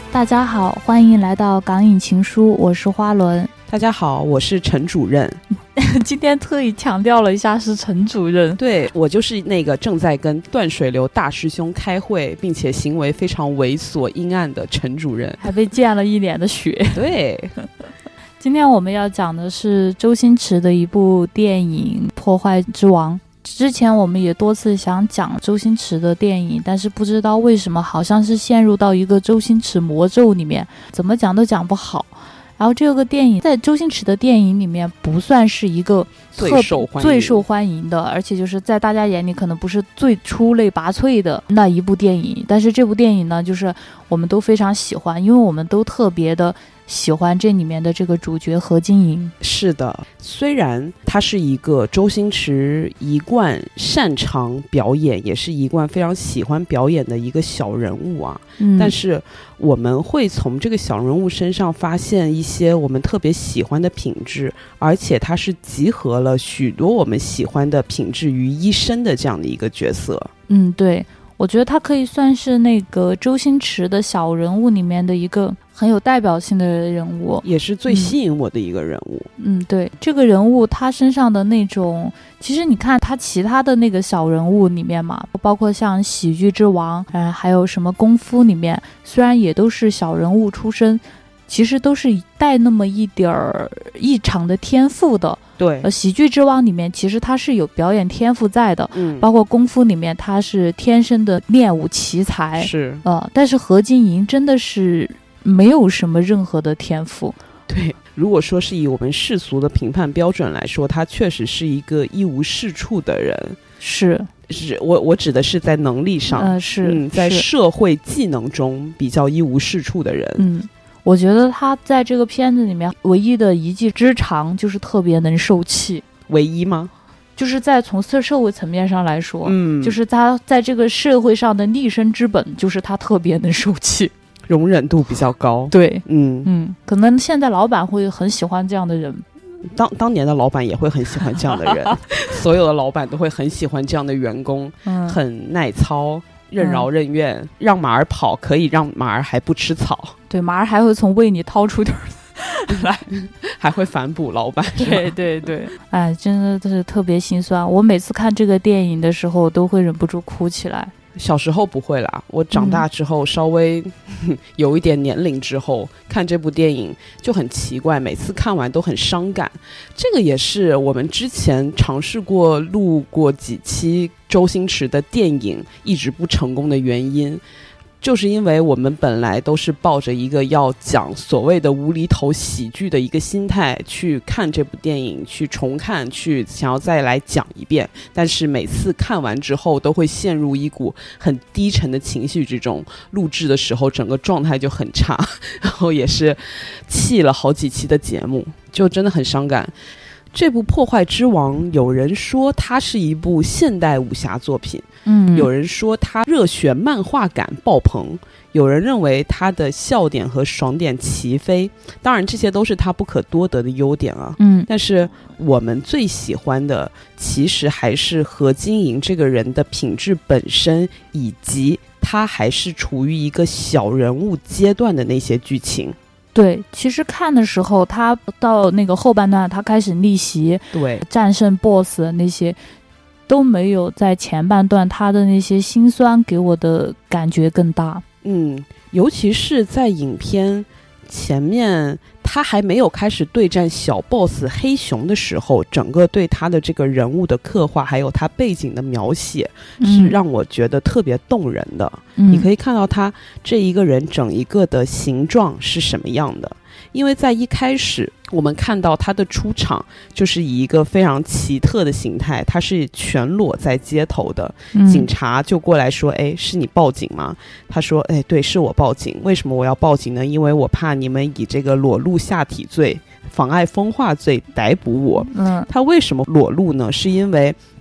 大家好，欢迎来到港影情书，我是花轮。 大家好，我是陈主任。 今天特意强调了一下是陈主任。 对，我就是那个正在跟断水流大师兄开会并且行为非常猥琐阴暗的陈主任， 还被溅了一脸的血。 对， 今天我们要讲的是周星驰的一部电影《破坏之王》。之前我们也多次想讲周星驰的电影，但是不知道为什么好像是陷入到一个周星驰魔咒里面，怎么讲都讲不好。然后这个电影在周星驰的电影里面不算是一个最受欢迎的，而且就是在大家眼里可能不是最出类拔萃的那一部电影，但是这部电影呢，就是我们都非常喜欢，因为我们都特别的喜欢这里面的这个主角何金银。 是的，虽然他是一个周星驰一贯擅长表演，也是一贯非常喜欢表演的一个小人物啊，但是我们会从这个小人物身上发现一些我们特别喜欢的品质，而且他是集合了许多我们喜欢的品质于一身的这样的一个角色。对， 我觉得他可以算是那个周星驰的小人物里面的一个很有代表性的人物， 也是最吸引我的一个人物。 对，这个人物他身上的那种，其实你看他其他的那个小人物里面嘛，包括像喜剧之王，还有什么功夫里面，虽然也都是小人物出身，其实都是带那么一点儿异常的天赋的。 对， 喜剧之王里面其实他是有表演天赋在的，包括功夫里面他是天生的练武奇才， 是但是何金银真的是没有什么任何的天赋。 对，如果说是以我们世俗的评判标准来说，他确实是一个一无是处的人。 是我指的是在能力上，在社会技能中比较一无是处的人。 我觉得他在这个片子里面唯一的一技之长就是特别能受气。 唯一吗？ 就是在从社会层面上来说，就是他在这个社会上的立身之本，就是他特别能受气， 容忍度比较高。 对，可能现在老板会很喜欢这样的人， 当年的老板也会很喜欢这样的人所有的老板都会很喜欢这样的员工，很耐操，任劳任怨，让马儿跑可以让马儿还不吃草。 对，马儿还会从胃里掏出点来还会反哺老板。 对，哎，真的是特别心酸。我每次看这个电影的时候都会忍不住哭起来。 小时候不会啦，我长大之后稍微有一点年龄之后看这部电影就很奇怪，每次看完都很伤感。这个也是我们之前尝试过录过几期周星驰的电影一直不成功的原因，就是因为我们本来都是抱着一个要讲所谓的无厘头喜剧的一个心态去看这部电影，去重看，去想要再来讲一遍，但是每次看完之后都会陷入一股很低沉的情绪之中，录制的时候整个状态就很差，然后也是弃了好几期的节目，就真的很伤感。这部《破坏之王》有人说它是一部现代武侠作品，有人说它热血漫画感爆棚，有人认为它的笑点和爽点齐飞，当然这些都是它不可多得的优点啊。但是我们最喜欢的其实还是何金银这个人的品质本身，以及他还是处于一个小人物阶段的那些剧情。 对，其实看的时候他到那个后半段他开始逆袭， 对， 战胜 BOSS 那些都没有在前半段他的那些辛酸给我的感觉更大。 尤其是在影片前面他还没有开始对战小 BOSS 黑熊的时候，整个对他的这个人物的刻画还有他背景的描写是让我觉得特别动人的。你可以看到他这一个人整一个的形状是什么样的，因为在一开始我们看到他的出场就是以一个非常奇特的形态，他是全裸在街头的，警察就过来说，是你报警吗？他说，对，是我报警。为什么我要报警呢？因为我怕你们以这个裸露下体罪、妨碍风化罪逮捕我。他为什么裸露呢？是因为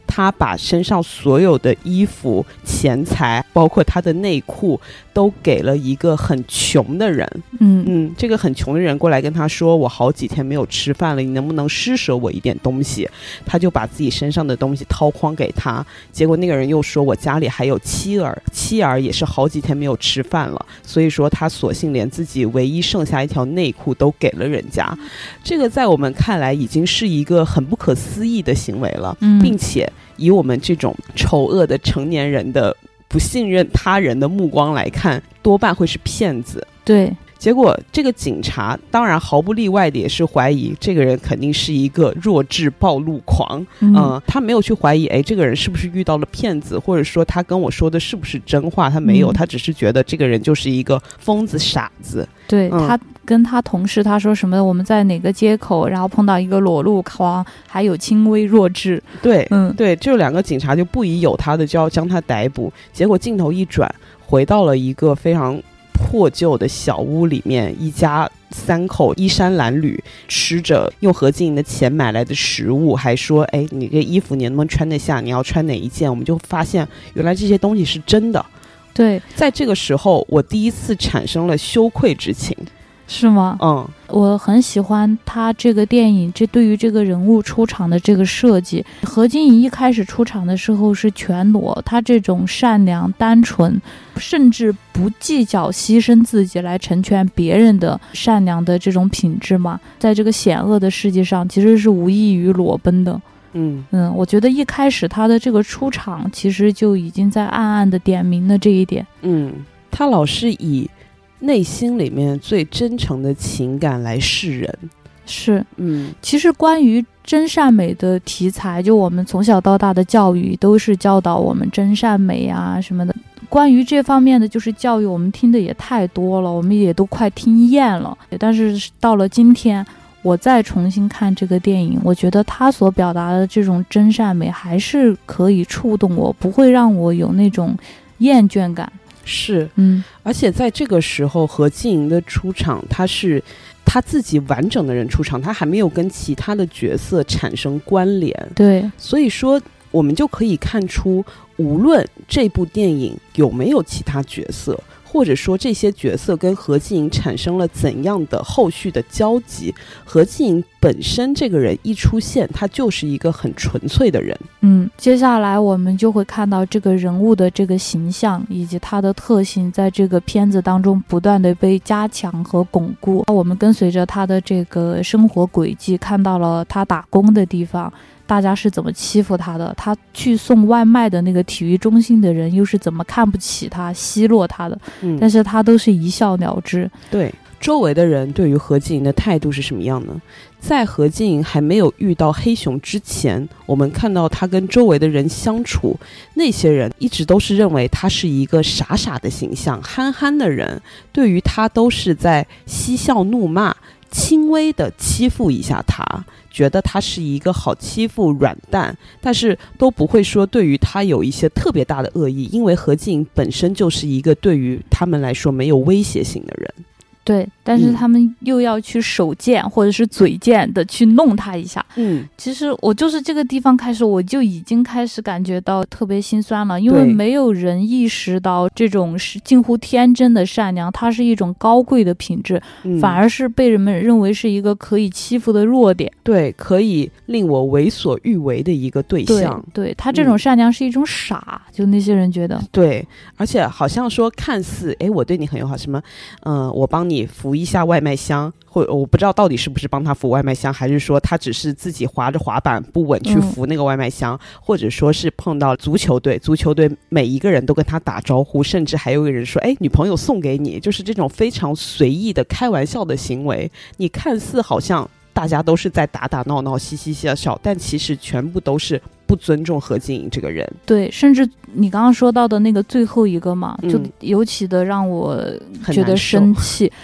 他把身上所有的衣服、钱财，包括他的内裤，都给了一个很穷的人。这个很穷的人过来跟他说，我好几天没有吃饭了，你能不能施舍我一点东西？他就把自己身上的东西掏筐给他，结果那个人又说，我家里还有妻儿也是好几天没有吃饭了，所以说他索性连自己唯一剩下一条内裤都给了人家。这个在我们看来已经是一个很不可思议的行为了，并且以我们这种丑恶的成年人的不信任他人的目光来看，多半会是骗子。 对， 结果这个警察当然毫不例外的也是怀疑这个人肯定是一个弱智暴露狂。他没有去怀疑这个人是不是遇到了骗子，或者说他跟我说的是不是真话，他没有，他只是觉得这个人就是一个疯子傻子。 对，他跟他同事他说什么我们在哪个街口然后碰到一个裸露狂，还有轻微弱智。 对，对，这两个警察就不疑有他的就要将他逮捕，结果镜头一转回到了一个非常破旧的小屋里面，一家3口衣衫褴褛，吃着用何静莹的钱买来的食物，还说你这衣服你能不能穿得下，你要穿哪一件？我们就发现原来这些东西是真的。 对， 在这个时候我第一次产生了羞愧之情。 是吗？我很喜欢他这个电影这对于这个人物出场的这个设计。何静莹一开始出场的时候是全裸，他这种善良单纯，甚至不计较牺牲自己来成全别人的善良的这种品质嘛，在这个险恶的世界上其实是无异于裸奔的。我觉得一开始他的这个出场其实就已经在暗暗的点明了这一点。 他老是以内心里面最真诚的情感来示人。 是，其实关于真善美的题材，就我们从小到大的教育都是教导我们真善美啊什么的，关于这方面的就是教育我们听的也太多了，我们也都快听厌了。但是到了今天我再重新看这个电影，我觉得他所表达的这种真善美还是可以触动我，不会让我有那种厌倦感。 是，而且在这个时候何静莹的出场，他是他自己完整的人出场，他还没有跟其他的角色产生关联。 对， 所以说我们就可以看出，无论这部电影有没有其他角色，或者说这些角色跟何静莹产生了怎样的后续的交集，何静莹本身这个人一出现，他就是一个很纯粹的人。 接下来我们就会看到这个人物的这个形象以及他的特性在这个片子当中不断的被加强和巩固。我们跟随着他的这个生活轨迹，看到了他打工的地方大家是怎么欺负他的，他去送外卖的那个体育中心的人又是怎么看不起他奚落他的，但是他都是一笑了之。 对，周围的人对于何静莹的态度是什么样呢？在何静莹还没有遇到黑熊之前，我们看到他跟周围的人相处，那些人一直都是认为他是一个傻傻的形象，憨憨的人，对于他都是在嬉笑怒骂，轻微的欺负一下他，觉得他是一个好欺负软蛋，但是都不会说对于他有一些特别大的恶意，因为何静莹本身就是一个对于他们来说没有威胁性的人。 对，但是他们又要去手贱或者是嘴贱的去弄他一下。其实我就是这个地方开始我就已经开始感觉到特别心酸了，因为没有人意识到这种是近乎天真的善良它是一种高贵的品质，反而是被人们认为是一个可以欺负的弱点。 对，可以令我为所欲为的一个对象。 对，他这种善良是一种傻，就那些人觉得。 对，而且好像说看似我对你很友好，什么我帮你扶一下外卖箱，或我不知道到底是不是帮他扶外卖箱，还是说他只是自己滑着滑板不稳去扶那个外卖箱，或者说是碰到足球队每一个人都跟他打招呼，甚至还有一个人说女朋友送给你，就是这种非常随意的开玩笑的行为，你看似好像大家都是在打打闹闹嘻嘻笑笑，但其实全部都是不尊重何静莹这个人。对， 甚至你刚刚说到的那个最后一个嘛，就尤其的让我觉得生气。 对，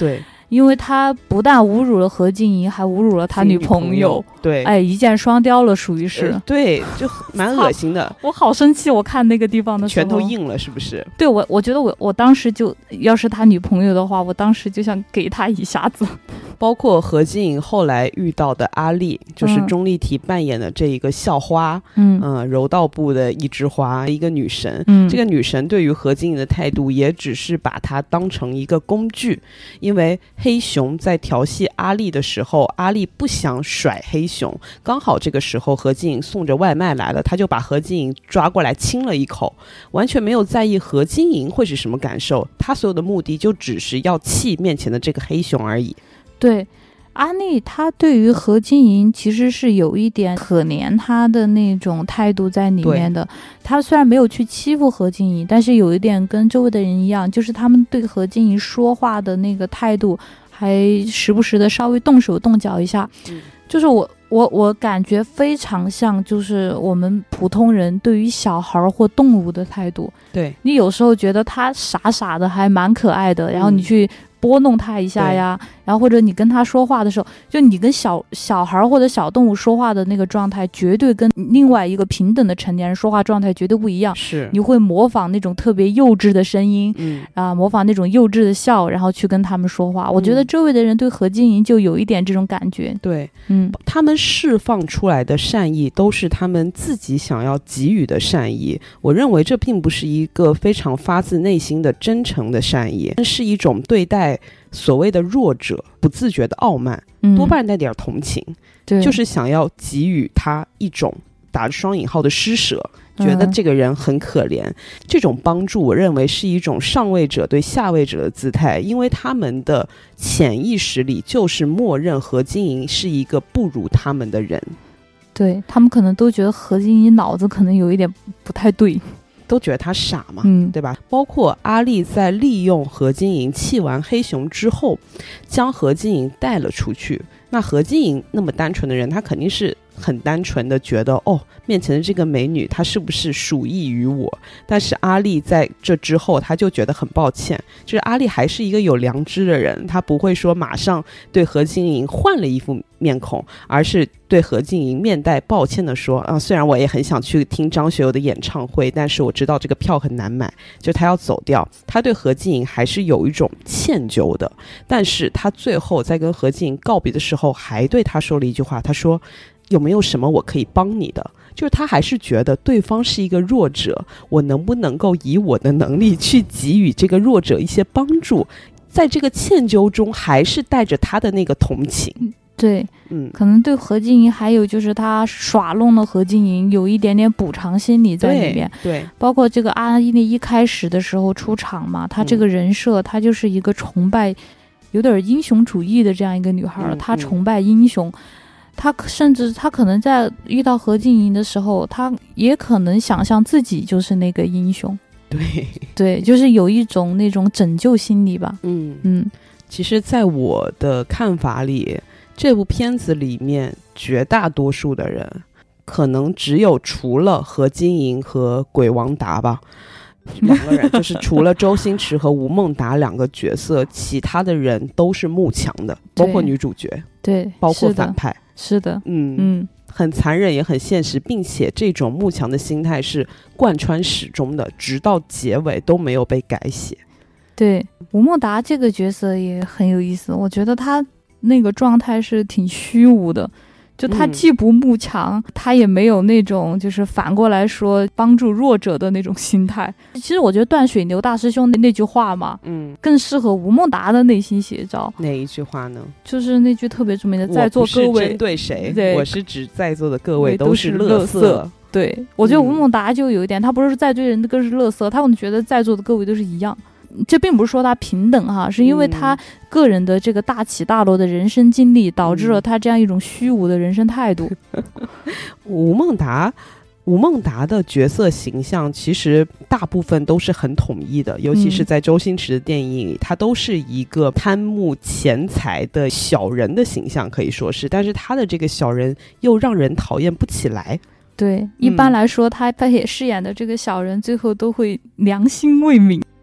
因为他不但侮辱了何静怡，还侮辱了他女朋友。 对， 哎，一箭双雕了，属于是。 对，就蛮恶心的。 我好生气，我看那个地方的时候， 拳头硬了是不是？ 对，我觉得我当时就要是他女朋友的话，我当时就想给他一下子。 包括何静颖后来遇到的阿丽，就是钟丽缇扮演的这一个校花，柔道部的一枝花，一个女神。这个女神对于何静颖的态度也只是把她当成一个工具，因为黑熊在调戏阿丽的时候，阿丽不想甩黑熊，刚好这个时候何静颖送着外卖来了，她就把何静颖抓过来亲了一口，完全没有在意何静颖会是什么感受，她所有的目的就只是要气面前的这个黑熊而已。 对，阿丽她对于何静莹其实是有一点可怜她的那种态度在里面的。她虽然没有去欺负何静莹，但是有一点跟周围的人一样，就是他们对何静莹说话的那个态度还时不时的稍微动手动脚一下。就是我感觉非常像就是我们普通人对于小孩或动物的态度。 对， 你有时候觉得他傻傻的还蛮可爱的，然后你去拨弄他一下呀，然后或者你跟他说话的时候，就你跟小孩或者小动物说话的那个状态绝对跟另外一个平等的成年人说话状态绝对不一样。 是， 你会模仿那种特别幼稚的声音，模仿那种幼稚的笑，然后去跟他们说话。我觉得周围的人对何静莹就有一点这种感觉。 对，他们释放出来的善意都是他们自己想要给予的善意。我认为这并不是一个非常发自内心的真诚的善意，是一种对待所谓的弱者不自觉的傲慢，多半带点同情，就是想要给予他一种打着双引号的施舍，觉得这个人很可怜。这种帮助我认为是一种上位者对下位者的姿态，因为他们的潜意识里就是默认何静莹是一个不如他们的人。 对，他们可能都觉得何静莹脑子可能有一点不太对， 都觉得他傻嘛，对吧？包括阿丽在利用何静莹气完黑熊之后，将何静莹带了出去。那何静莹那么单纯的人，他肯定是很单纯的觉得，面前的这个美女她是不是属意于我。但是阿丽在这之后她就觉得很抱歉，就是阿丽还是一个有良知的人，她不会说马上对何静莹换了一副面孔，而是对何静莹面带抱歉的说，虽然我也很想去听张学友的演唱会，但是我知道这个票很难买，就他要走掉。他对何静莹还是有一种歉疚的，但是他最后在跟何静莹告别的时候还对他说了一句话，他说有没有什么我可以帮你的，就是他还是觉得对方是一个弱者，我能不能够以我的能力去给予这个弱者一些帮助，在这个歉疚中还是带着他的那个同情。 对，可能对何静莹还有就是他耍弄了何静莹有一点点补偿心理在里面。 对， 包括这个阿丽一开始的时候出场嘛，她这个人设她就是一个崇拜有点英雄主义的这样一个女孩，她崇拜英雄，她甚至她可能在遇到何静莹的时候，她也可能想象自己就是那个英雄。对，就是有一种那种拯救心理吧。 其实在我的看法里，这部片子里面绝大多数的人可能只有除了何晶莹和鬼王达吧两个人，就是除了周星驰和吴孟达两个角色，其他的人都是慕强的，包括女主角， 对， 包括反派。 是的， 很残忍也很现实，并且这种慕强的心态是贯穿始终的，直到结尾都没有被改写。 对，吴孟达这个角色也很有意思，我觉得他那个状态是挺虚无的，就他既不慕强，他也没有那种就是反过来说帮助弱者的那种心态。其实我觉得断水牛大师兄那句话嘛，更适合吴孟达的内心写照。 哪一句话呢？ 就是那句特别著名的在座各位， 我不是针对谁，我是指在座的各位都是垃圾。 对，我觉得吴孟达就有一点，他不是在对人的都是垃圾，他可能觉得在座的各位都是一样。这并不是说他平等哈，是因为他个人的这个大起大落的人生经历，导致了他这样一种虚无的人生态度。 吴孟达的角色形象其实大部分都是很统一的，尤其是在周星驰的电影里，他都是一个贪慕钱财的小人的形象，可以说是，但是他的这个小人又让人讨厌不起来。 对，一般来说他也饰演的这个小人最后都会良心未泯。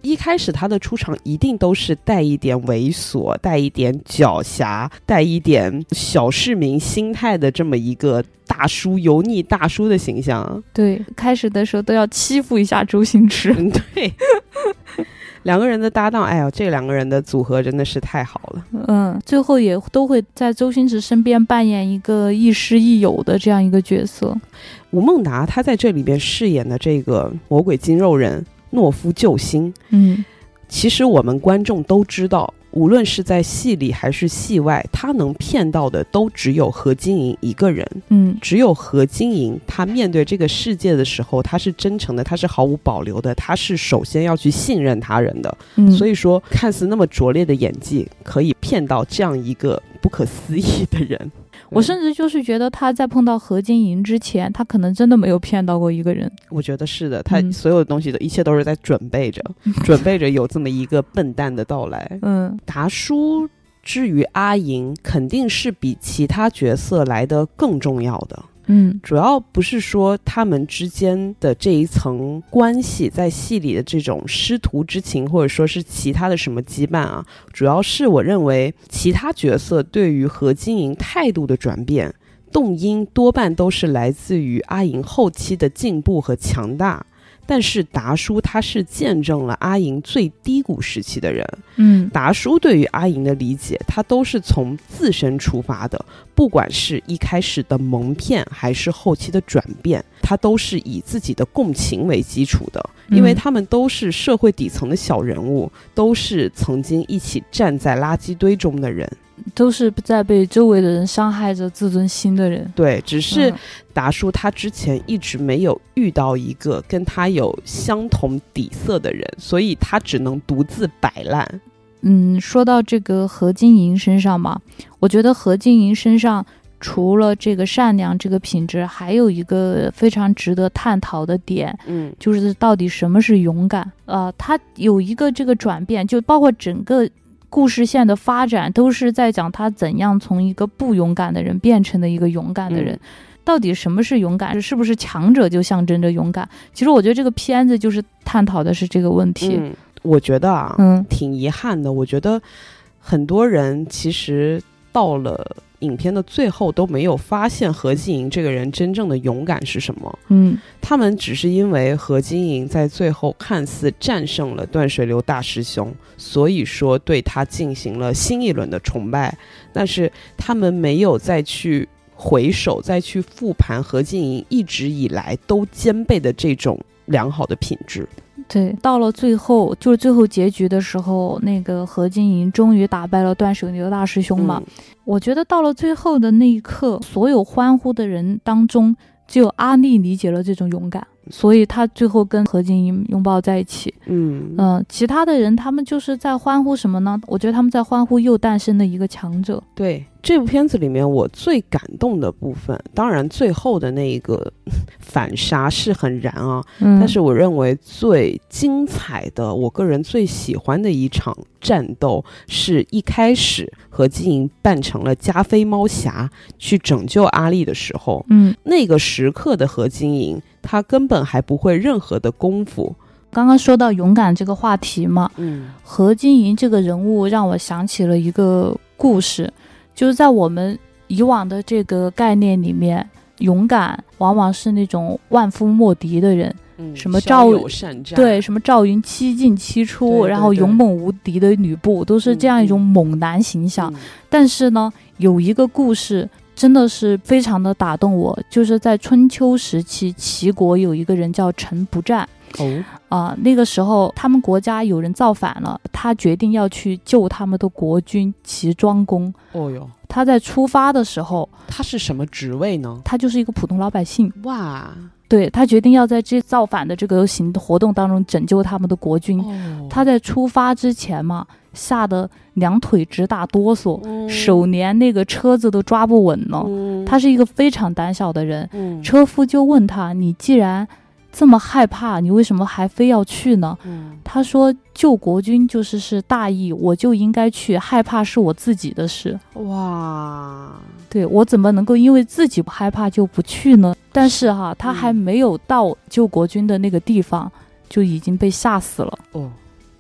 一开始他的出场一定都是带一点猥琐，带一点狡黠，带一点小市民心态的这么一个大叔，油腻大叔的形象。 对，开始的时候都要欺负一下周星驰。 对。两个人的搭档，哎呀，这两个人的组合真的是太好了。 最后也都会在周星驰身边扮演一个亦师亦友的这样一个角色。 吴孟达他在这里边饰演的这个魔鬼筋肉人懦夫救星，其实我们观众都知道，无论是在戏里还是戏外，他能骗到的都只有何金银一个人。只有何金银他面对这个世界的时候，他是真诚的，他是毫无保留的，他是首先要去信任他人的。所以说看似那么拙劣的演技可以骗到这样一个不可思议的人。 我甚至就是觉得他在碰到何金银之前，他可能真的没有骗到过一个人。 我觉得是的，他所有的东西的一切都是在准备着准备着有这么一个笨蛋的到来。达叔至于阿银肯定是比其他角色来得更重要的。主要不是说他们之间的这一层关系在戏里的这种师徒之情，或者说是其他的什么羁绊啊，主要是我认为其他角色对于何金银态度的转变，动因多半都是来自于阿银后期的进步和强大。但是达叔他是见证了阿银最低谷时期的人。达叔对于阿银的理解，他都是从自身出发的，不管是一开始的蒙骗还是后期的转变，他都是以自己的共情为基础的。因为他们都是社会底层的小人物，都是曾经一起站在垃圾堆中的人， 都是在被周围的人伤害着自尊心的人。 对，只是达叔他之前一直没有遇到一个跟他有相同底色的人，所以他只能独自摆烂。 说到这个何金银身上嘛，我觉得何金银身上除了这个善良这个品质，还有一个非常值得探讨的点，就是到底什么是勇敢。他有一个这个转变，就包括整个故事线的发展都是在讲他怎样从一个不勇敢的人变成了一个勇敢的人。到底什么是勇敢？是不是强者就象征着勇敢？其实我觉得这个片子就是探讨的是这个问题。 我觉得啊，挺遗憾的。我觉得很多人其实到了影片的最后都没有发现何金银这个人真正的勇敢是什么。他们只是因为何金银在最后看似战胜了断水流大师兄，所以说对他进行了新一轮的崇拜，但是他们没有再去回首再去复盘何金银一直以来都兼备的这种良好的品质。 对，到了最后，就是最后结局的时候，那个何金银终于打败了断水流大师兄嘛。我觉得到了最后的那一刻，所有欢呼的人当中，只有阿丽理解了这种勇敢，所以他最后跟何金银拥抱在一起。其他的人他们就是在欢呼什么呢？我觉得他们在欢呼又诞生了一个强者。 对，这部片子里面我最感动的部分，当然最后的那个反杀是很燃啊，但是我认为最精彩的，我个人最喜欢的一场战斗，是一开始何金银扮成了加菲猫侠去拯救阿丽的时候，那个时刻的何金银他根本还不会任何的功夫。 刚刚说到勇敢这个话题嘛，何金银这个人物让我想起了一个故事，就是在我们以往的这个概念里面，勇敢往往是那种万夫莫敌的人，什么骁勇善战， 对，什么赵云七进七出， 对对对， 然后勇猛无敌的吕布，都是这样一种猛男形象。但是呢，有一个故事真的是非常的打动我，就是在春秋时期，齐国有一个人叫陈不战。那个时候他们国家有人造反了，他决定要去救他们的国君齐庄公。他在出发的时候， 他是什么职位呢？ 他就是一个普通老百姓。 哇， 对，他决定要在这造反的这个活动当中拯救他们的国君。他在出发之前嘛，吓得两腿直打哆嗦，手连那个车子都抓不稳了。他是一个非常胆小的人。车夫就问他，你既然这么害怕，你为什么还非要去呢？他说救国君是大义，我就应该去，害怕是我自己的事。 哇， 对，我怎么能够因为自己不害怕就不去呢？但是他还没有到救国君的那个地方，就已经被吓死了。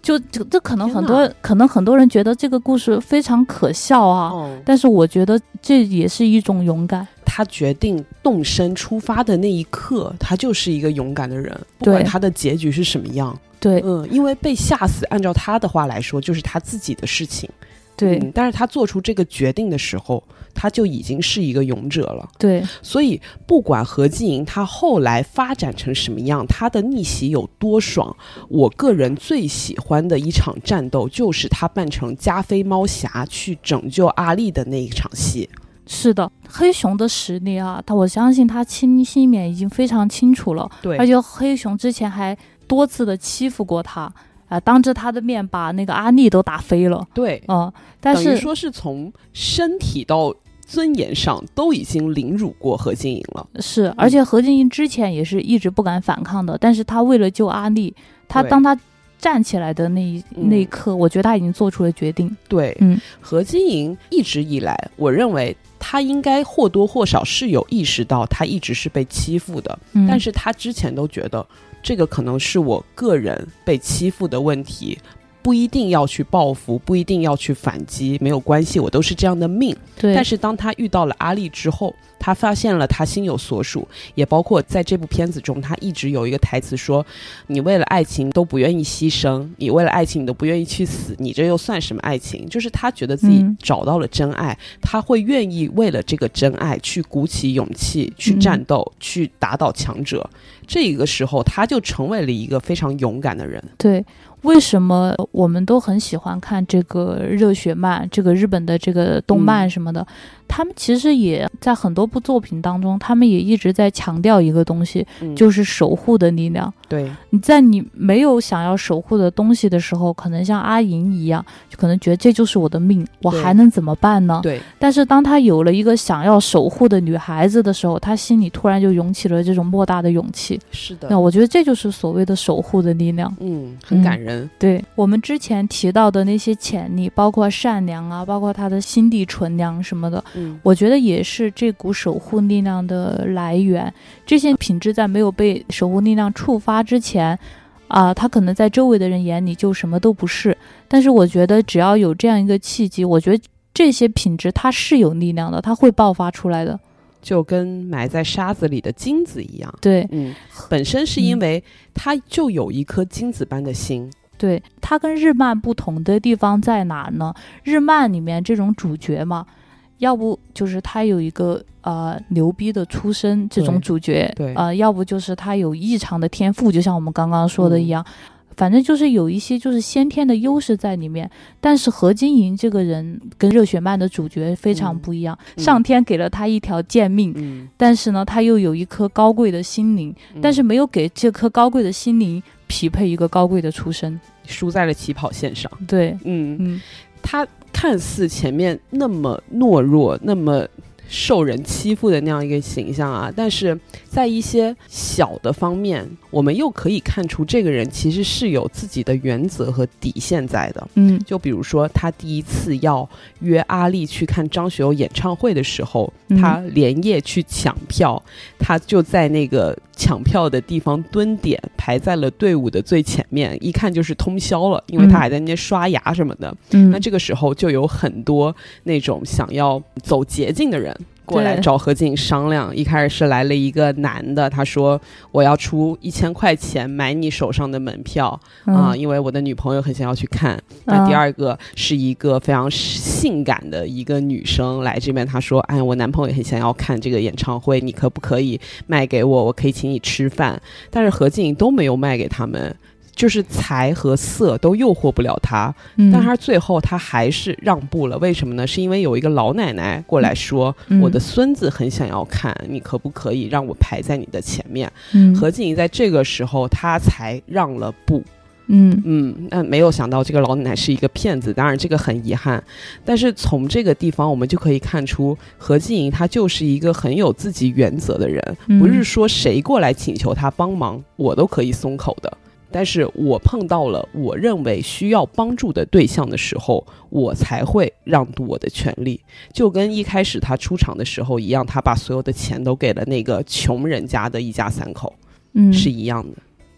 这可能很多人觉得这个故事非常可笑啊，但是我觉得这也是一种勇敢。 他决定动身出发的那一刻，他就是一个勇敢的人，不管他的结局是什么样。 对， 因为被吓死，按照他的话来说，就是他自己的事情。 对， 但是他做出这个决定的时候，他就已经是一个勇者了。 对， 所以不管何继莹他后来发展成什么样，他的逆袭有多爽，我个人最喜欢的一场战斗就是他扮成加菲猫侠去拯救阿丽的那一场戏。 是的，黑熊的实力啊，我相信他心里面已经非常清楚了。 对， 而且黑熊之前还多次的欺负过他，当着他的面把那个阿丽都打飞了。 对， 但是等于说是从身体到尊严上都已经凌辱过何静莹了。 是，而且何静莹之前也是一直不敢反抗的，但是他为了救阿丽，当他站起来的那一刻，我觉得他已经做出了决定。 对，何静莹一直以来，我认为他应该或多或少是有意识到他一直是被欺负的，但是他之前都觉得这个可能是我个人被欺负的问题，不一定要去报复，不一定要去反击，没有关系，我都是这样的命。 对。 但是当他遇到了阿丽之后，他发现了他心有所属，也包括在这部片子中，他一直有一个台词说：“你为了爱情都不愿意牺牲，你为了爱情你都不愿意去死，你这又算什么爱情？”就是他觉得自己找到了真爱，他会愿意为了这个真爱去鼓起勇气，去战斗，去打倒强者。这个时候，他就成为了一个非常勇敢的人。 对。为什么我们都很喜欢看这个热血漫，这个日本的这个动漫什么的，他们其实也在很多部作品当中，他们也一直在强调一个东西，就是守护的力量。 对， 你在你没有想要守护的东西的时候，可能像阿莹一样，就可能觉得这就是我的命，我还能怎么办呢？ 对。 但是当他有了一个想要守护的女孩子的时候，他心里突然就涌起了这种莫大的勇气。 是的， 那我觉得这就是所谓的守护的力量。 很感人。 对，我们之前提到的那些潜力，包括善良啊，包括他的心地纯良什么的，我觉得也是这股守护力量的来源。这些品质在没有被守护力量触发之前他可能在周围的人眼里就什么都不是，但是我觉得只要有这样一个契机，我觉得这些品质它是有力量的，它会爆发出来的， 就跟埋在沙子里的金子一样。 对， 本身是因为它就有一颗金子般的心。 对，它跟日漫不同的地方在哪呢？日漫里面这种主角嘛，要不就是他有一个牛逼的出身，这种主角， 对， 要不就是他有异常的天赋，就像我们刚刚说的一样，反正就是有一些就是先天的优势在里面。但是何金莹这个人跟热血漫的主角非常不一样，上天给了他一条贱命，但是呢他又有一颗高贵的心灵，但是没有给这颗高贵的心灵匹配一个高贵的出身， 输在了起跑线上。 对， 他看似前面那么懦弱，那么受人欺负的那样一个形象啊，但是在一些小的方面，我们又可以看出这个人其实是有自己的原则和底线在的。就比如说他第一次要约阿丽去看张学友演唱会的时候，他连夜去抢票，他就在那个抢票的地方蹲点，排在了队伍的最前面，一看就是通宵了，因为他还在那边刷牙什么的。那这个时候就有很多那种想要走捷径的人过来找何静商量。一开始是来了一个男的，他说我要出1000块钱买你手上的门票因为我的女朋友很想要去看。那第二个是一个非常性感的一个女生来这边，她说我男朋友也很想要看这个演唱会，你可不可以卖给我，我可以请你吃饭。但是何静都没有卖给他们，就是财和色都诱惑不了他，但他最后他还是让步了。为什么呢？是因为有一个老奶奶过来说，我的孙子很想要看，你可不可以让我排在你的前面。何静在这个时候他才让了步。没有想到这个老奶奶是一个骗子，当然这个很遗憾。但是从这个地方我们就可以看出，何静她就是一个很有自己原则的人，不是说谁过来请求她帮忙我都可以松口的。但是我碰到了我认为需要帮助的对象的时候，我才会让渡我的权利。就跟一开始他出场的时候一样，他把所有的钱都给了那个穷人家的一家3口，是一样的。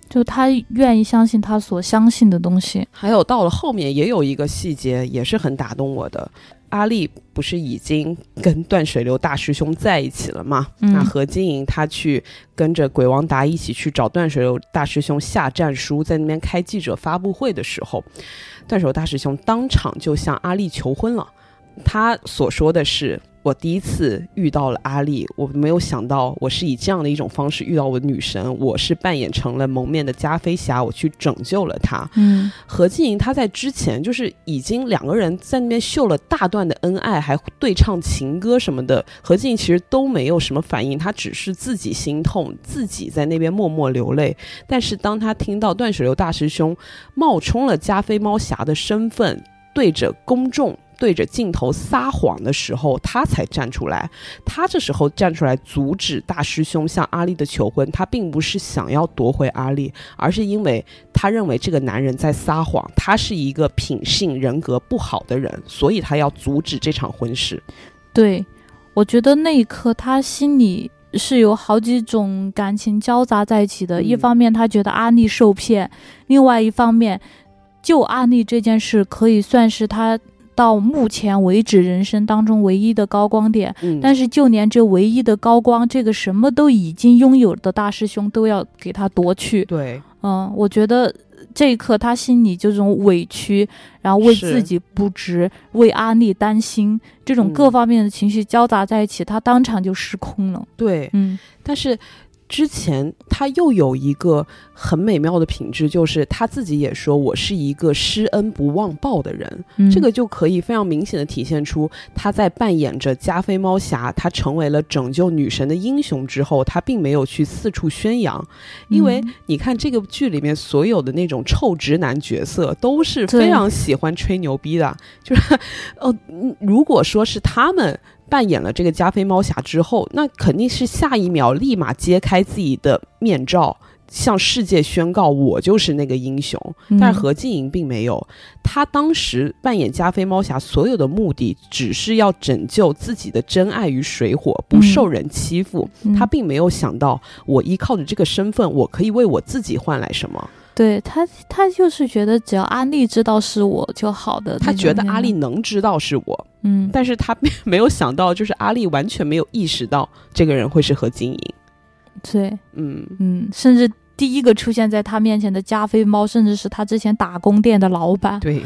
就他愿意相信他所相信的东西。 还有到了后面也有一个细节也是很打动我的，阿丽不是已经跟断水流大师兄在一起了吗？那何金莹他去跟着鬼王达一起去找断水流大师兄下战书，在那边开记者发布会的时候，断水流大师兄当场就向阿丽求婚了。他所说的是，我第一次遇到了阿丽，我没有想到我是以这样的一种方式遇到我的女神，我是扮演成了蒙面的加菲侠，我去拯救了她。何静莹她在之前就是已经两个人在那边秀了大段的恩爱，还对唱情歌什么的，何静莹其实都没有什么反应，她只是自己心痛，自己在那边默默流泪。但是当她听到断水流大师兄冒充了加菲猫侠的身份，对着公众对着镜头撒谎的时候，他才站出来。他这时候站出来阻止大师兄向阿丽的求婚，他并不是想要夺回阿丽，而是因为他认为这个男人在撒谎，他是一个品性人格不好的人，所以他要阻止这场婚事。 对，我觉得那一刻他心里是有好几种感情交杂在一起的。一方面他觉得阿丽受骗，另外一方面救阿丽这件事可以算是他到目前为止人生当中唯一的高光点，但是就连这唯一的高光，这个什么都已经拥有的大师兄都要给他夺去。 对， 我觉得这一刻他心里这种委屈，然后为自己不值，为阿丽担心，这种各方面的情绪交杂在一起，他当场就失控了。 对，但是之前他又有一个很美妙的品质，就是他自己也说我是一个施恩不忘报的人，这个就可以非常明显的体现出他在扮演着加菲猫侠，他成为了拯救女神的英雄之后，他并没有去四处宣扬。因为你看这个剧里面所有的那种臭直男角色都是非常喜欢吹牛逼的，就是如果说是他们扮演了这个加菲猫侠之后，那肯定是下一秒立马揭开自己的面罩，向世界宣告我就是那个英雄。但是何静莹并没有，他当时扮演加菲猫侠所有的目的只是要拯救自己的真爱于水火，不受人欺负，他并没有想到我依靠着这个身份，我可以为我自己换来什么。 对，他就是觉得只要阿丽知道是我就好的， 他觉得阿丽能知道是我，但是他并没有想到，就是阿丽完全没有意识到这个人会是何金莹。 对，甚至第一个出现在他面前的加菲猫，甚至是他之前打工店的老板。 对，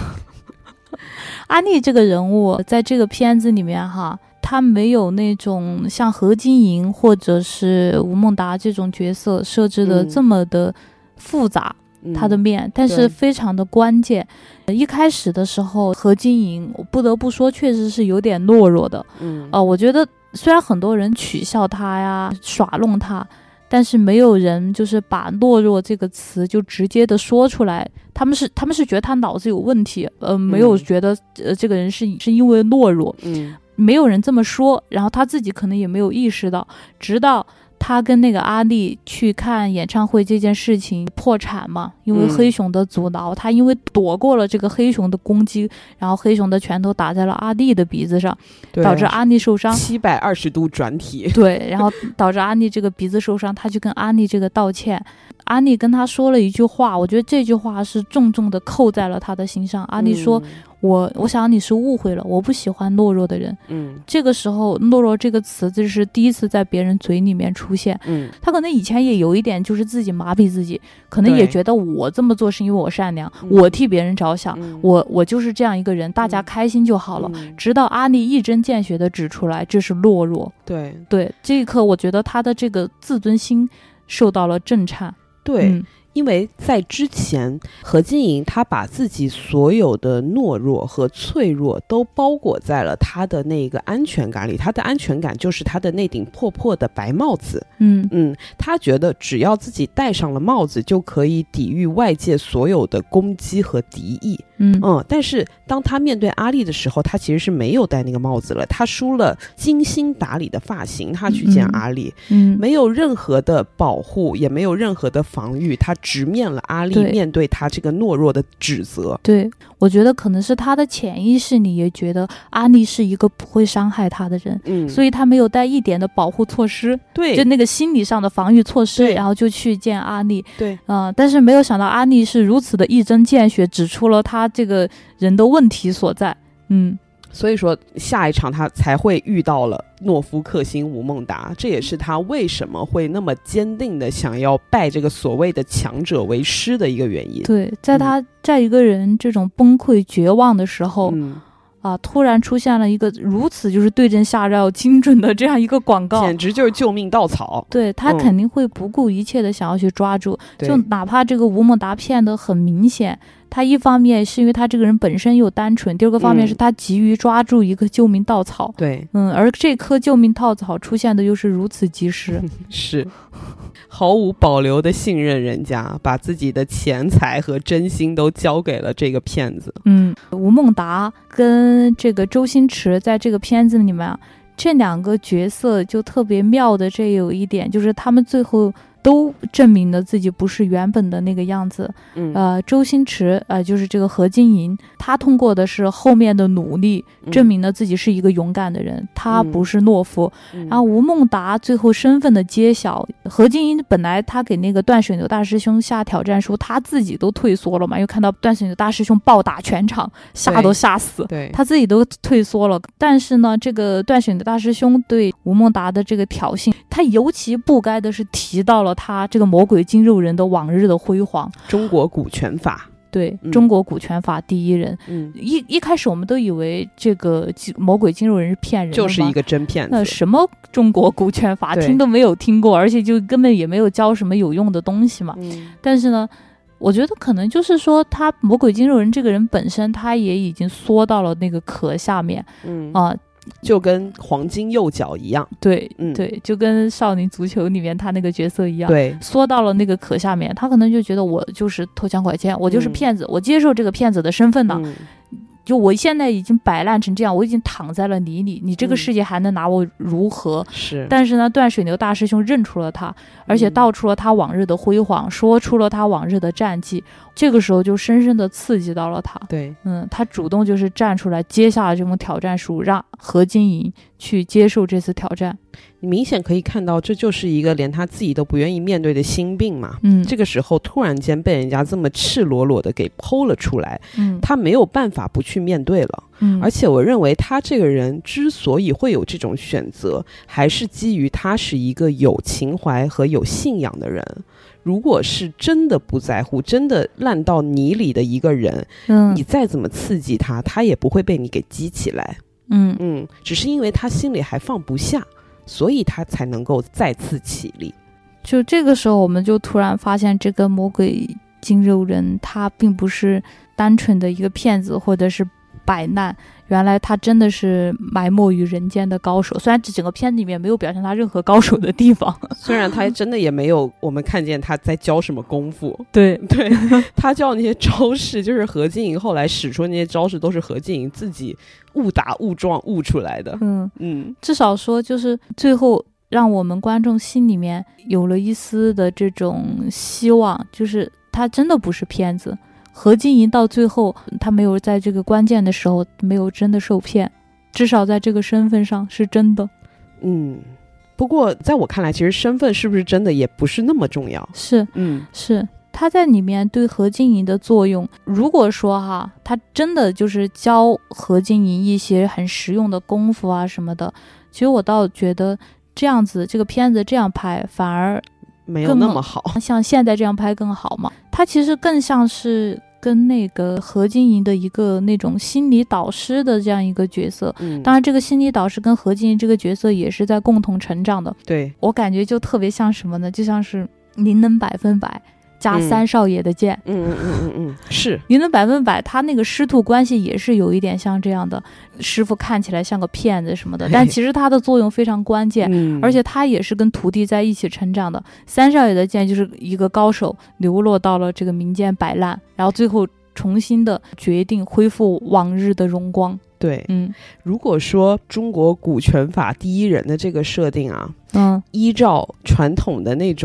阿丽这个人物在这个片子里面哈，他没有那种像何金莹或者是吴孟达这种角色设置的这么的复杂，他的面，但是非常的关键。一开始的时候，何金莹我不得不说确实是有点懦弱的。我觉得虽然很多人取笑他呀，耍弄他，但是没有人就是把懦弱这个词就直接的说出来。他们是觉得他脑子有问题，没有觉得这个人是因为懦弱，没有人这么说，然后他自己可能也没有意识到，直到他跟那个阿丽去看演唱会这件事情破产嘛，因为黑熊的阻挠，他因为躲过了这个黑熊的攻击，然后黑熊的拳头打在了阿丽的鼻子上，导致阿丽受伤 ，720度转体。 对，然后导致阿丽这个鼻子受伤，他就跟阿丽这个道歉。阿丽跟他说了一句话，我觉得这句话是重重的扣在了他的心上。阿丽说，我想你是误会了，我不喜欢懦弱的人。这个时候懦弱这个词就是第一次在别人嘴里面出现。他可能以前也有一点就是自己麻痹自己，可能也觉得我这么做是因为我善良，我替别人着想，我就是这样一个人，大家开心就好了。直到阿丽一针见血的指出来这是懦弱。对，这一刻我觉得他的这个自尊心受到了震颤。 对，因为在之前何金莹她把自己所有的懦弱和脆弱都包裹在了她的那个安全感里，她的安全感就是她的那顶破破的白帽子。她觉得只要自己戴上了帽子就可以抵御外界所有的攻击和敌意。但是当她面对阿丽的时候，她其实是没有戴那个帽子了，她梳了精心打理的发型，她去见阿丽，没有任何的保护，也没有任何的防御，她直面了阿丽面对他这个懦弱的指责。 对，我觉得可能是他的潜意识里也觉得阿丽是一个不会伤害他的人，所以他没有带一点的保护措施， 对， 就那个心理上的防御措施，然后就去见阿丽。 对， 但是没有想到阿丽是如此的一针见血，指出了他这个人的问题所在。 所以说下一场他才会遇到了诺夫克星吴孟达，这也是他为什么会那么坚定的想要拜这个所谓的强者为师的一个原因。 对，在一个人这种崩溃绝望的时候，突然出现了一个如此就是对症下药精准的这样一个广告， 简直就是救命稻草。 对，他肯定会不顾一切的想要去抓住，就哪怕这个吴孟达骗得很明显，他一方面是因为他这个人本身又单纯，第二个方面是他急于抓住一个救命稻草。 对， 而这颗救命稻草出现的又是如此及时， 是毫无保留的信任人家，把自己的钱财和真心都交给了这个骗子。 吴孟达跟这个周星驰在这个片子里面，这两个角色就特别妙的，这有一点就是他们最后都证明了自己不是原本的那个样子。周星驰就是这个何金银，他通过的是后面的努力，证明了自己是一个勇敢的人，他不是懦夫。然后吴孟达最后身份的揭晓，何金银本来他给那个断水牛大师兄下挑战书，他自己都退缩了嘛，又看到断水牛大师兄暴打全场，吓都吓死， 对， 他自己都退缩了。但是呢，这个断水牛大师兄对吴孟达的这个挑衅，他尤其不该的是提到了他这个魔鬼筋肉人的往日的辉煌， 中国股权法。 对，中国股权法第一人。一开始我们都以为这个魔鬼筋肉人是骗人的， 就是一个真骗子。 什么中国股权法听都没有听过，而且就根本也没有教什么有用的东西嘛。但是呢，我觉得可能就是说他魔鬼筋肉人这个人本身他也已经缩到了那个壳下面。 就跟黄金右脚一样。 对，对，就跟少林足球里面他那个角色一样， 对， 缩到了那个壳下面。他可能就觉得我就是偷抢拐骗，我就是骗子，我接受这个骗子的身份呢。就我现在已经摆烂成这样，我已经躺在了泥里，你这个世界还能拿我如何？ 是。 但是呢，断水牛大师兄认出了他，而且道出了他往日的辉煌，说出了他往日的战绩，这个时候就深深的刺激到了他。 对， 他主动就是站出来接下了这种挑战书，让何金银去接受这次挑战。 你明显可以看到，这就是一个连他自己都不愿意面对的心病嘛。这个时候突然间被人家这么赤裸裸的给剖了出来，他没有办法不去面对了。而且我认为他这个人之所以会有这种选择，还是基于他是一个有情怀和有信仰的人。如果是真的不在乎，真的烂到泥里的一个人，你再怎么刺激他，他也不会被你给激起来。只是因为他心里还放不下，所以他才能够再次起立。 就这个时候我们就突然发现，这个魔鬼筋肉人他并不是单纯的一个骗子或者是摆烂，原来他真的是埋没于人间的高手。虽然这整个片子里面没有表现他任何高手的地方， 虽然他真的也没有我们看见他在教什么功夫。 对， 他教那些招式就是何金银后来使出那些招式都是何金银自己误打误撞悟出来的。 至少说就是最后让我们观众心里面有了一丝的这种希望，就是他真的不是骗子。何金银到最后他没有在这个关键的时候没有真的受骗，至少在这个身份上是真的。 不过在我看来，其实身份是不是真的也不是那么重要。 是他在里面对何金银的作用，如果说他真的就是教何金银一些很实用的功夫啊什么的，其实我倒觉得这样子这个片子这样拍反而没有那么好， 像现在这样拍更好嘛。它其实更像是跟那个何金银的一个那种心理导师的这样一个角色。当然这个心理导师跟何金银这个角色也是在共同成长的。 对， 我感觉就特别像什么呢，就像是灵能100%加三少爷的剑。 是灵能100%他那个师徒关系也是有一点像这样的，师傅看起来像个骗子什么的，但其实他的作用非常关键。而且他也是跟徒弟在一起成长的。三少爷的剑就是一个高手流落到了这个民间摆烂，然后最后重新的决定恢复往日的荣光。 对，如果说中国股权法第一人的这个设定啊，依照传统的那种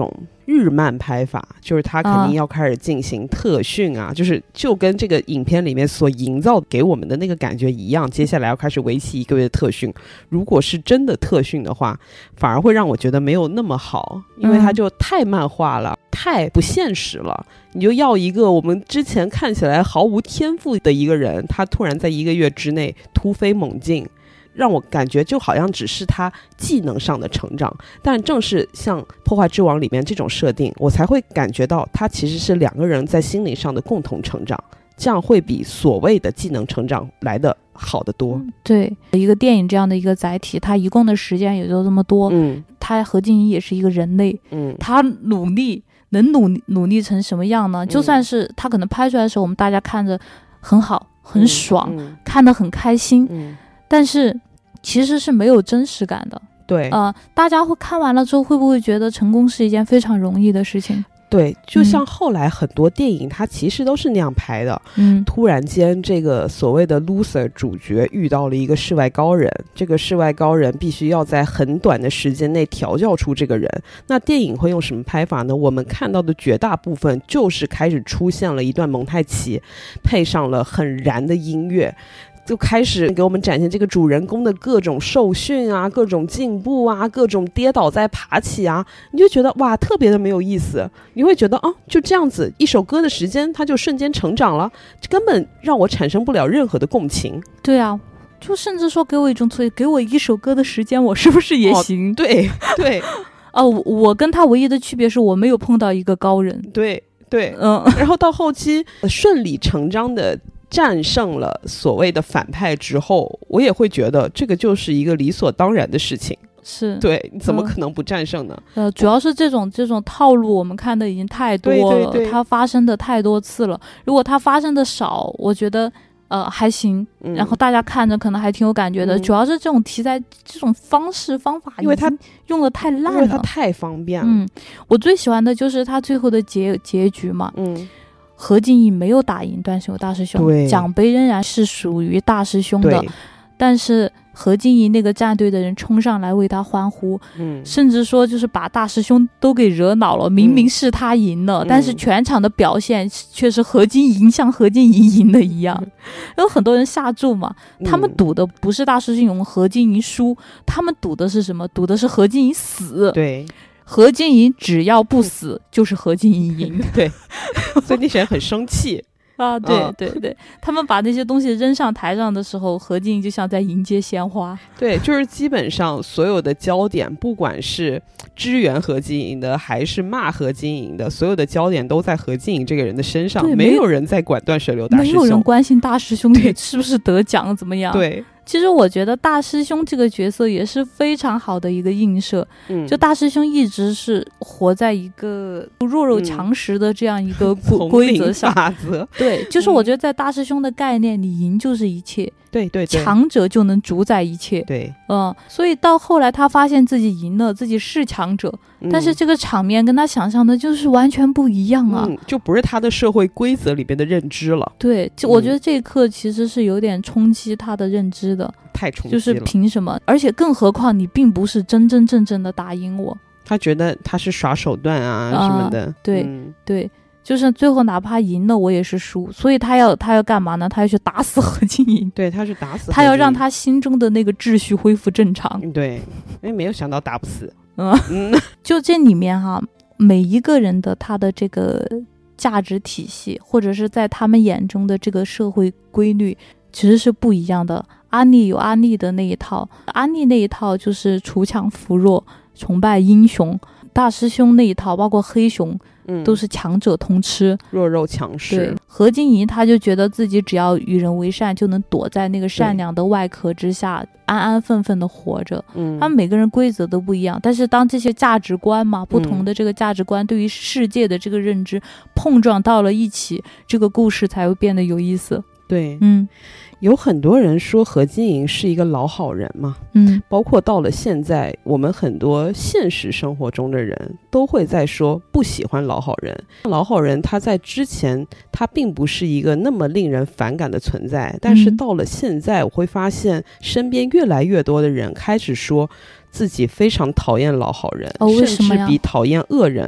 日漫拍法，就是他肯定要开始进行特训啊，就跟这个影片里面所营造给我们的那个感觉一样，接下来要开始为期1个月的特训。如果是真的特训的话，反而会让我觉得没有那么好，因为它就太漫画了，太不现实了。你就要一个我们之前看起来毫无天赋的一个人，他突然在1个月之内突飞猛进，让我感觉就好像只是他技能上的成长。但正是像《破坏之王》里面这种设定，我才会感觉到他其实是2个人在心理上的共同成长，这样会比所谓的技能成长来的好得多。 对，一个电影这样的一个载体，它一共的时间也就这么多。他何静怡也是一个人类，他能努力成什么样呢？就算是他可能拍出来的时候，我们大家看着很好很爽，看得很开心，但是其实是没有真实感的。 对， 大家会看完了之后，会不会觉得成功是一件非常容易的事情？ 对，就像后来很多电影它其实都是那样拍的。突然间这个所谓的 loser 主角遇到了一个世外高人，这个世外高人必须要在很短的时间内调教出这个人。那电影会用什么拍法呢？我们看到的绝大部分就是开始出现了一段蒙太奇，配上了很燃的音乐，就开始给我们展现这个主人公的各种受训啊，各种进步啊，各种跌倒再爬起啊，你就觉得哇，特别的没有意思。你会觉得就这样子一首歌的时间他就瞬间成长了，根本让我产生不了任何的共情。 对啊，就甚至说给我一种给我一首歌的时间，我是不是也行？ 对对我跟他唯一的区别是我没有碰到一个高人。 对对，然后到后期顺理成章的战胜了所谓的反派之后，我也会觉得这个就是一个理所当然的事情。 是， 对，你怎么可能不战胜呢？ 主要是这种套路我们看的已经太多了， 对， 它发生的太多次了。如果它发生的少，我觉得还行，然后大家看着可能还挺有感觉的。主要是这种题材这种方法，因为它用的太烂了， 因为它太方便了。 我最喜欢的就是它最后的结局嘛。何静怡没有打赢段胜友大师兄，奖杯仍然是属于大师兄的，但是何静怡那个战队的人冲上来为他欢呼，甚至说就是把大师兄都给惹恼了。明明是他赢了，但是全场的表现却是何静怡像何静怡赢的一样。有很多人下注嘛，他们赌的不是大师兄何静怡输，他们赌的是什么？赌的是何静怡死。 对， 何静怡只要不死，就是何静怡赢。 对，所以那些人很生气啊！对，他们把那些东西扔上台上的时候，何静怡就像在迎接鲜花。 对，就是基本上所有的焦点，不管是支援何静怡的还是骂何静怡的，所有的焦点都在何静怡这个人的身上，没有人在管段舍流大师兄， 没有人关心大师兄是不是得奖怎么样。 对。 其实我觉得大师兄这个角色也是非常好的一个映射，就大师兄一直是活在一个弱肉强食的这样一个规则上。对，就是我觉得在大师兄的概念里，赢就是一切。对，强者就能主宰一切。 对， 所以到后来他发现自己赢了，自己是强者，但是这个场面跟他想象的就是完全不一样啊， 就不是他的社会规则里边的认知了。 对，就我觉得这一刻其实是有点冲击他的认知的， 太冲击了。 就是凭什么？而且更何况你并不是真真正正的打赢我， 他觉得他是耍手段啊什么的。 对。就是最后哪怕赢了我也是输，所以他要干嘛呢？他要去打死何静怡。 对，他去打死何静怡， 他要让他心中的那个秩序恢复正常。 对，没有想到打不死。 就这里面哈，每一个人的他的这个价值体系，或者是在他们眼中的这个社会规律，其实是不一样的。安利有安利的那一套，安利那一套就是锄强扶弱，崇拜英雄。大师兄那一套，包括黑熊，都是强者通吃， 弱肉强食。 对，何静怡他就觉得自己只要与人为善，就能躲在那个善良的外壳之下，安安分分的活着。他们每个人规则都不一样，但是当这些价值观嘛，不同的这个价值观对于世界的这个认知碰撞到了一起，这个故事才会变得有意思。 对，有很多人说何静怡是一个老好人嘛，包括到了现在，我们很多现实生活中的人都会在说不喜欢老好人。老好人他在之前他并不是一个那么令人反感的存在，但是到了现在，我会发现身边越来越多的人开始说自己非常讨厌老好人，甚至比讨厌恶人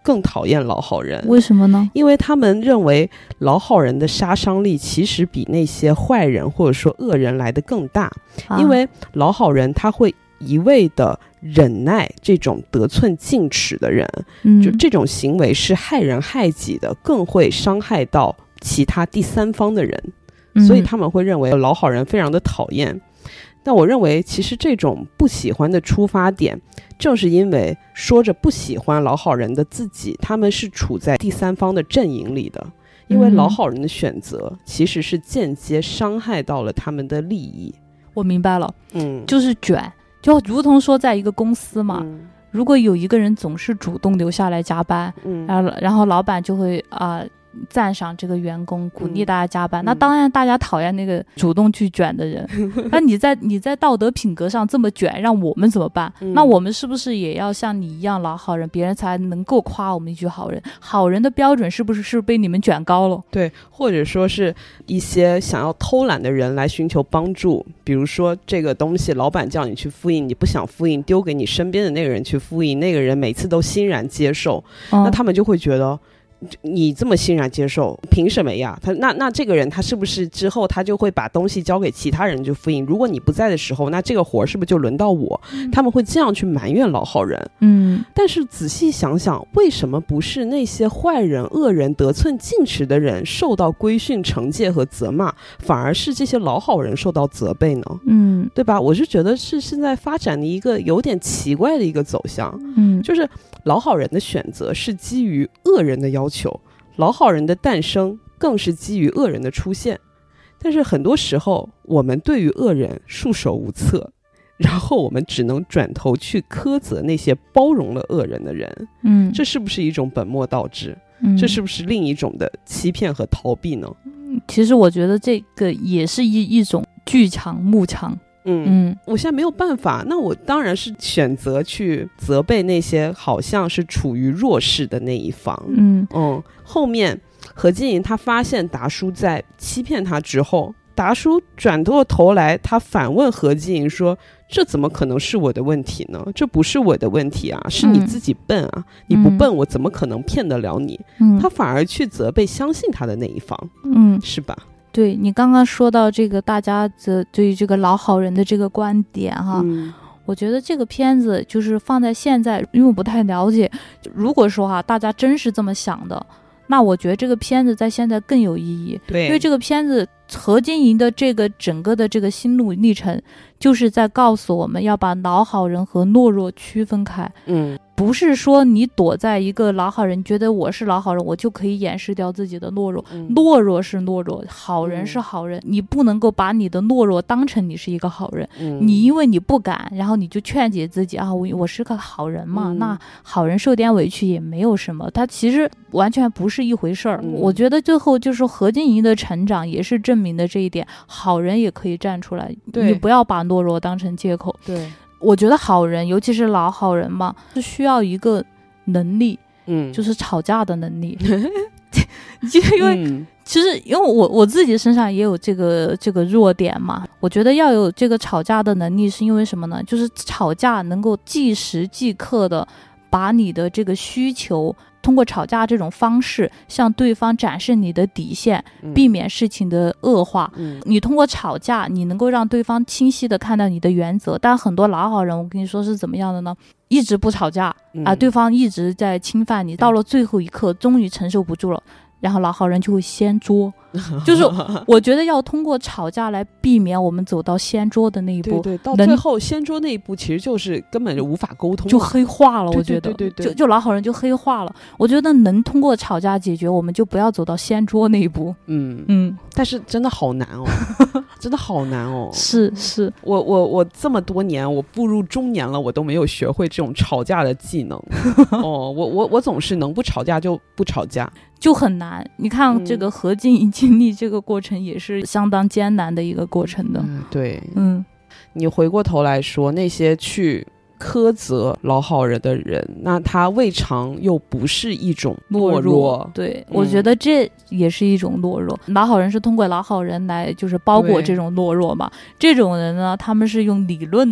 更讨厌老好人。 为什么呢？ 因为他们认为老好人的杀伤力其实比那些坏人或者说恶人来得更大，因为老好人他会一味的忍耐这种得寸进尺的人，就这种行为是害人害己的，更会伤害到其他第三方的人，所以他们会认为老好人非常的讨厌。但我认为其实这种不喜欢的出发点，正是因为说着不喜欢老好人的自己，他们是处在第三方的阵营里的，因为老好人的选择其实是间接伤害到了他们的利益。 我明白了，就是卷，就如同说在一个公司嘛，如果有一个人总是主动留下来加班，然后老板就会赞赏这个员工，鼓励大家加班，那当然大家讨厌那个主动去卷的人。那你在道德品格上这么卷，让我们怎么办？那我们是不是也要像你一样老好人，别人才能够夸我们一句好人？好人的标准是不是被你们卷高了？ 对，或者说是一些想要偷懒的人来寻求帮助，比如说这个东西老板叫你去复印，你不想复印，丢给你身边的那个人去复印，那个人每次都欣然接受，那他们就会觉得你这么欣然接受，凭什么呀？那这个人他是不是之后他就会把东西交给其他人去复印？如果你不在的时候，那这个活是不是就轮到我？他们会这样去埋怨老好人。但是仔细想想，为什么不是那些坏人、恶人、得寸进尺的人受到规训、惩戒和责骂，反而是这些老好人受到责备呢？对吧？我是觉得是现在发展的一个有点奇怪的一个走向。就是老好人的选择是基于恶人的要求，老好人的诞生更是基于恶人的出现。但是很多时候我们对于恶人束手无策，然后我们只能转头去苛责那些包容了恶人的人。这是不是一种本末倒置？这是不是另一种的欺骗和逃避呢？ 其实我觉得这个也是一种拒强慕强。 我现在没有办法，那我当然是选择去责备那些好像是处于弱势的那一方。后面何金银他发现达叔在欺骗他之后，达叔转过头来，他反问何金银说，这怎么可能是我的问题呢？这不是我的问题啊，是你自己笨啊，你不笨我怎么可能骗得了你？他反而去责备相信他的那一方。是吧？ 对，你刚刚说到这个大家对于这个老好人的这个观点哈，我觉得这个片子就是放在现在，因为我不太了解，如果说哈大家真是这么想的，那我觉得这个片子在现在更有意义。对，因为这个片子何金银的这个整个的这个心路历程，就是在告诉我们要把老好人和懦弱区分开。不是说你躲在一个老好人，觉得我是老好人，我就可以掩饰掉自己的懦弱。懦弱是懦弱，好人是好人，你不能够把你的懦弱当成你是一个好人。你因为你不敢，然后你就劝解自己啊，我是个好人嘛，那好人受点委屈也没有什么，他其实完全不是一回事儿。我觉得最后就是何金银的成长也是证明的这一点，好人也可以站出来，你不要把懦弱当成借口。对，我觉得好人，尤其是老好人嘛，是需要一个能力，就是吵架的能力。因为其实因为我自己身上也有这个弱点嘛，我觉得要有这个吵架的能力，是因为什么呢？就是吵架能够即时即刻的把你的这个需求通过吵架这种方式向对方展示你的底线，避免事情的恶化。你通过吵架你能够让对方清晰的看到你的原则，但很多老好人我跟你说是怎么样的呢？一直不吵架对方一直在侵犯你，到了最后一刻终于承受不住了，然后老好人就会掀桌。就是我觉得要通过吵架来避免我们走到掀桌的那一步。 对，到最后掀桌那一步其实就是根本就无法沟通， 就黑化了。我觉得对， 就老好人就黑化了。我觉得能通过吵架解决，我们就不要走到掀桌那一步。 但是真的好难哦。真的好难哦。 是我这么多年，我步入中年了，我都没有学会这种吵架的技能。我总是能不吵架就不吵架， 就很难。你看这个何金银经历这个过程也是相当艰难的一个过程的。 对，你回过头来说那些去苛责老好人的人，那他未尝又不是一种懦弱。 对，我觉得这也是一种懦弱。老好人是通过老好人来就是包裹这种懦弱嘛。这种人呢，他们是用理论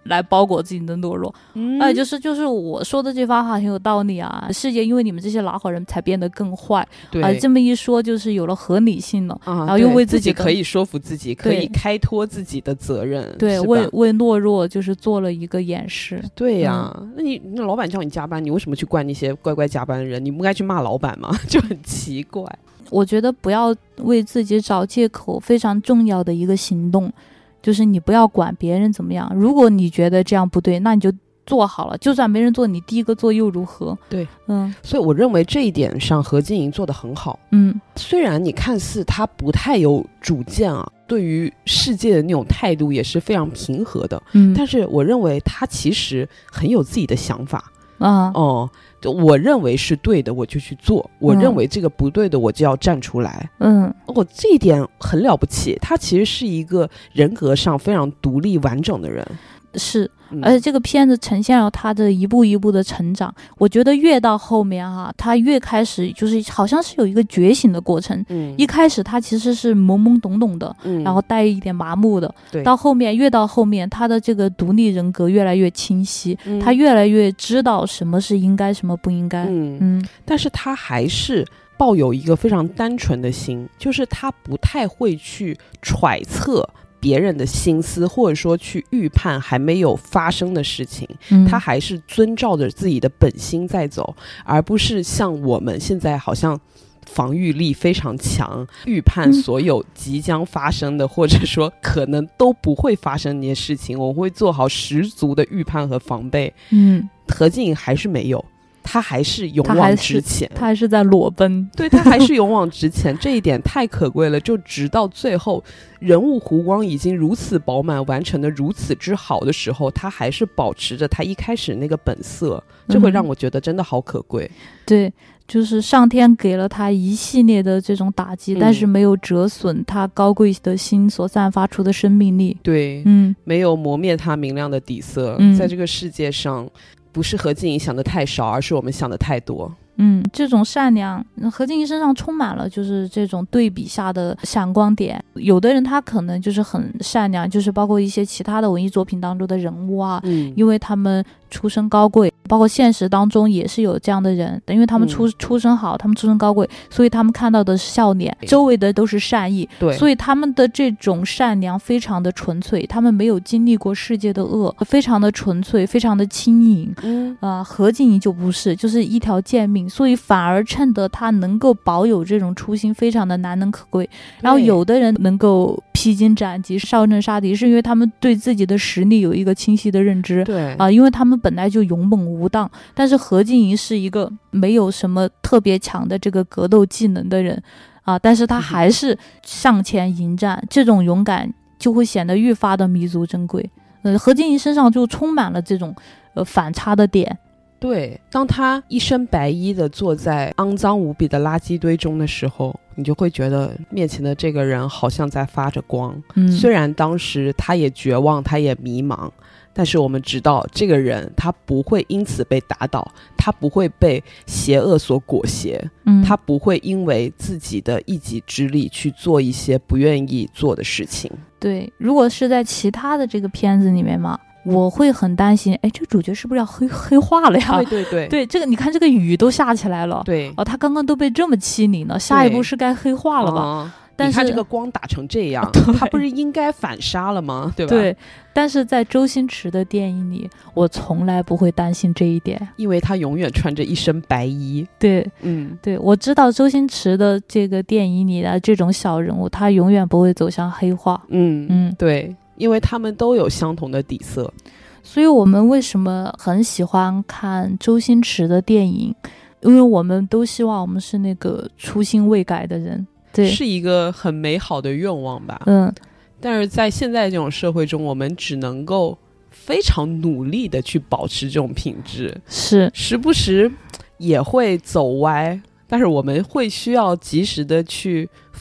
来包裹自己的懦弱。就是我说的这番话很有道理啊，世界因为你们这些老好人才变得更坏。 对， 这么一说就是有了合理性了，然后又为自己可以说服自己，可以开脱自己的责任。 对，为懦弱就是做了一个掩饰。 对呀，那老板叫你加班，你为什么去怪那些乖乖加班的人？你不该去骂老板吗？就很奇怪。 我觉得不要为自己找借口，非常重要的一个行动就是你不要管别人怎么样，如果你觉得这样不对，那你就做好了，就算没人做，你第一个做又如何？ 对，所以我认为这一点上何晶莹做得很好。虽然你看似他不太有主见啊，对于世界的那种态度也是非常平和的，但是我认为他其实很有自己的想法。我认为是对的我就去做，我认为这个不对的我就要站出来。这一点很了不起，他其实是一个人格上非常独立完整的人。是，而且这个片子呈现了他的一步一步的成长。我觉得越到后面他越开始就是好像是有一个觉醒的过程。一开始他其实是懵懵懂懂的，然后带一点麻木的。到后面越到后面，他的这个独立人格越来越清晰，他越来越知道什么是应该，什么不应该。但是他还是抱有一个非常单纯的心，就是他不太会去揣测别人的心思，或者说去预判还没有发生的事情。他还是遵照着自己的本心在走，而不是像我们现在好像防御力非常强，预判所有即将发生的或者说可能都不会发生的事情，我会做好十足的预判和防备。何晶莹还是没有，他还是勇往直前，他还是在裸奔。对，他还是勇往直前，这一点太可贵了。就直到最后人物弧光已经如此饱满，完成的如此之好的时候，他还是保持着他一开始那个本色，这会让我觉得真的好可贵。对，就是上天给了他一系列的这种打击，但是没有折损他高贵的心所散发出的生命力。对，没有磨灭他明亮的底色。在这个世界上不是何晶莹想的太少，而是我们想的太多。这种善良，何晶莹身上充满了就是这种对比下的闪光点。有的人他可能就是很善良，就是包括一些其他的文艺作品当中的人物啊，因为他们出身高贵，包括现实当中也是有这样的人，因为他们出身好，他们出身高贵，所以他们看到的是笑脸，周围的都是善意。对，所以他们的这种善良非常的纯粹，他们没有经历过世界的恶，非常的纯粹，非常的轻盈。何晶莹就不是，就是一条贱命，所以反而衬得他能够保有这种初心，非常的难能可贵。然后有的人能够披荆斩棘，上阵杀敌，是因为他们对自己的实力有一个清晰的认知。对因为他们本来就勇猛无当。但是何晶莹是一个没有什么特别强的这个格斗技能的人但是他还是向前迎战，这种勇敢就会显得愈发的弥足珍贵。何晶莹身上就充满了这种反差的点。对，当他一身白衣的坐在肮脏无比的垃圾堆中的时候，你就会觉得面前的这个人好像在发着光。虽然当时他也绝望，他也迷茫，但是我们知道这个人他不会因此被打倒，他不会被邪恶所裹挟，他不会因为自己的一己之力去做一些不愿意做的事情。对，如果是在其他的这个片子里面嘛，我会很担心，这主角是不是要黑化了呀？对，这个你看这个雨都下起来了。对他刚刚都被这么欺凌了，下一步是该黑化了吧？但是你看这个光打成这样，他不是应该反杀了吗？对吧？对，但是在周星驰的电影里，我从来不会担心这一点，因为他永远穿着一身白衣。对，对，我知道周星驰的这个电影里的这种小人物，他永远不会走向黑化。对，因为他们都有相同的底色。所以我们为什么很喜欢看周星驰的电影？因为我们都希望我们是那个初心未改的人。对，是一个很美好的愿望吧。但是在现在这种社会中，我们只能够非常努力的去保持这种品质，是时不时也会走歪，但是我们会需要及时的去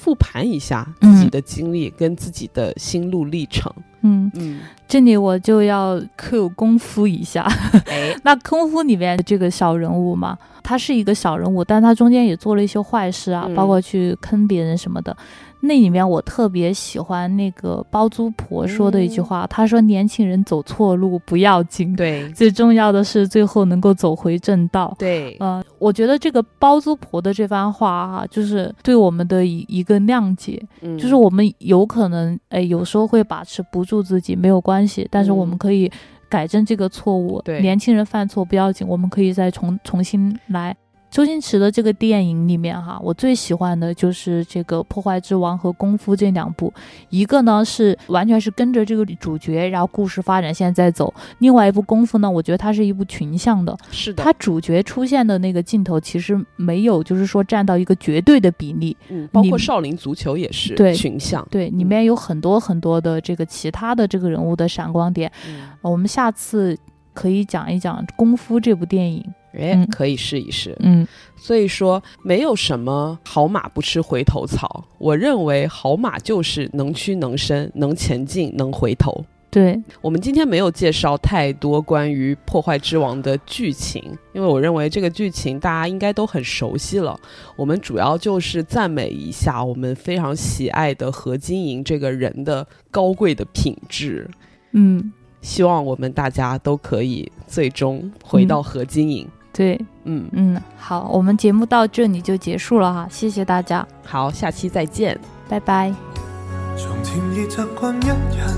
复盘一下自己的经历跟自己的心路历程。 这里我就要扣功夫一下。那功夫里面这个小人物嘛，他是一个小人物，但他中间也做了一些坏事啊，包括去坑别人什么的。那里面我特别喜欢那个包租婆说的一句话，她说年轻人走错路不要紧， 对， 最重要的是最后能够走回正道。 对， 我觉得这个包租婆的这番话啊，就是对我们的一个谅解，就是我们有可能有时候会把持不住自己，没有关系，但是我们可以改正这个错误。年轻人犯错不要紧，我们可以再重新来。周星驰的这个电影里面哈，我最喜欢的就是这个《破坏之王》和《功夫》这两部。一个呢是完全是跟着这个主角，然后故事发展现在走；另外一部《功夫》呢，我觉得它是一部群像的。 是的， 它主角出现的那个镜头其实没有，就是说占到一个绝对的比例。 包括少林足球也是群像。 对，里面有很多很多的这个其他的这个人物的闪光点。我们下次可以讲一讲《功夫》这部电影。 可以试一试。所以说没有什么好马不吃回头草，我认为好马就是能屈能伸，能前进，能回头。 对， 我们今天没有介绍太多关于破坏之王的剧情，因为我认为这个剧情大家应该都很熟悉了。我们主要就是赞美一下我们非常喜爱的何金银这个人的高贵的品质。希望我们大家都可以最终回到何金银。 对，好，我们节目到这里就结束了哈，谢谢大家。 好，下期再见， 拜拜。 從前已習慣一人，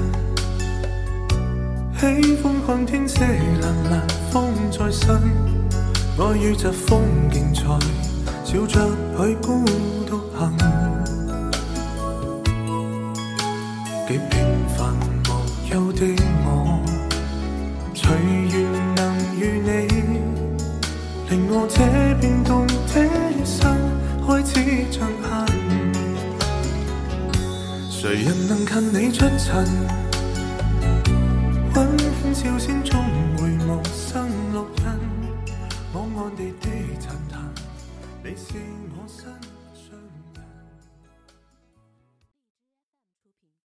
喜歡看天色藍藍風在身，愛與疾風競賽，笑着去孤獨行，極平凡無憂的我，隨緣能與你，令我這變動的一生開始像恨。誰人能近你出塵？溫馨笑聲中會無聲錄印，我暗地的殘談，你是我身。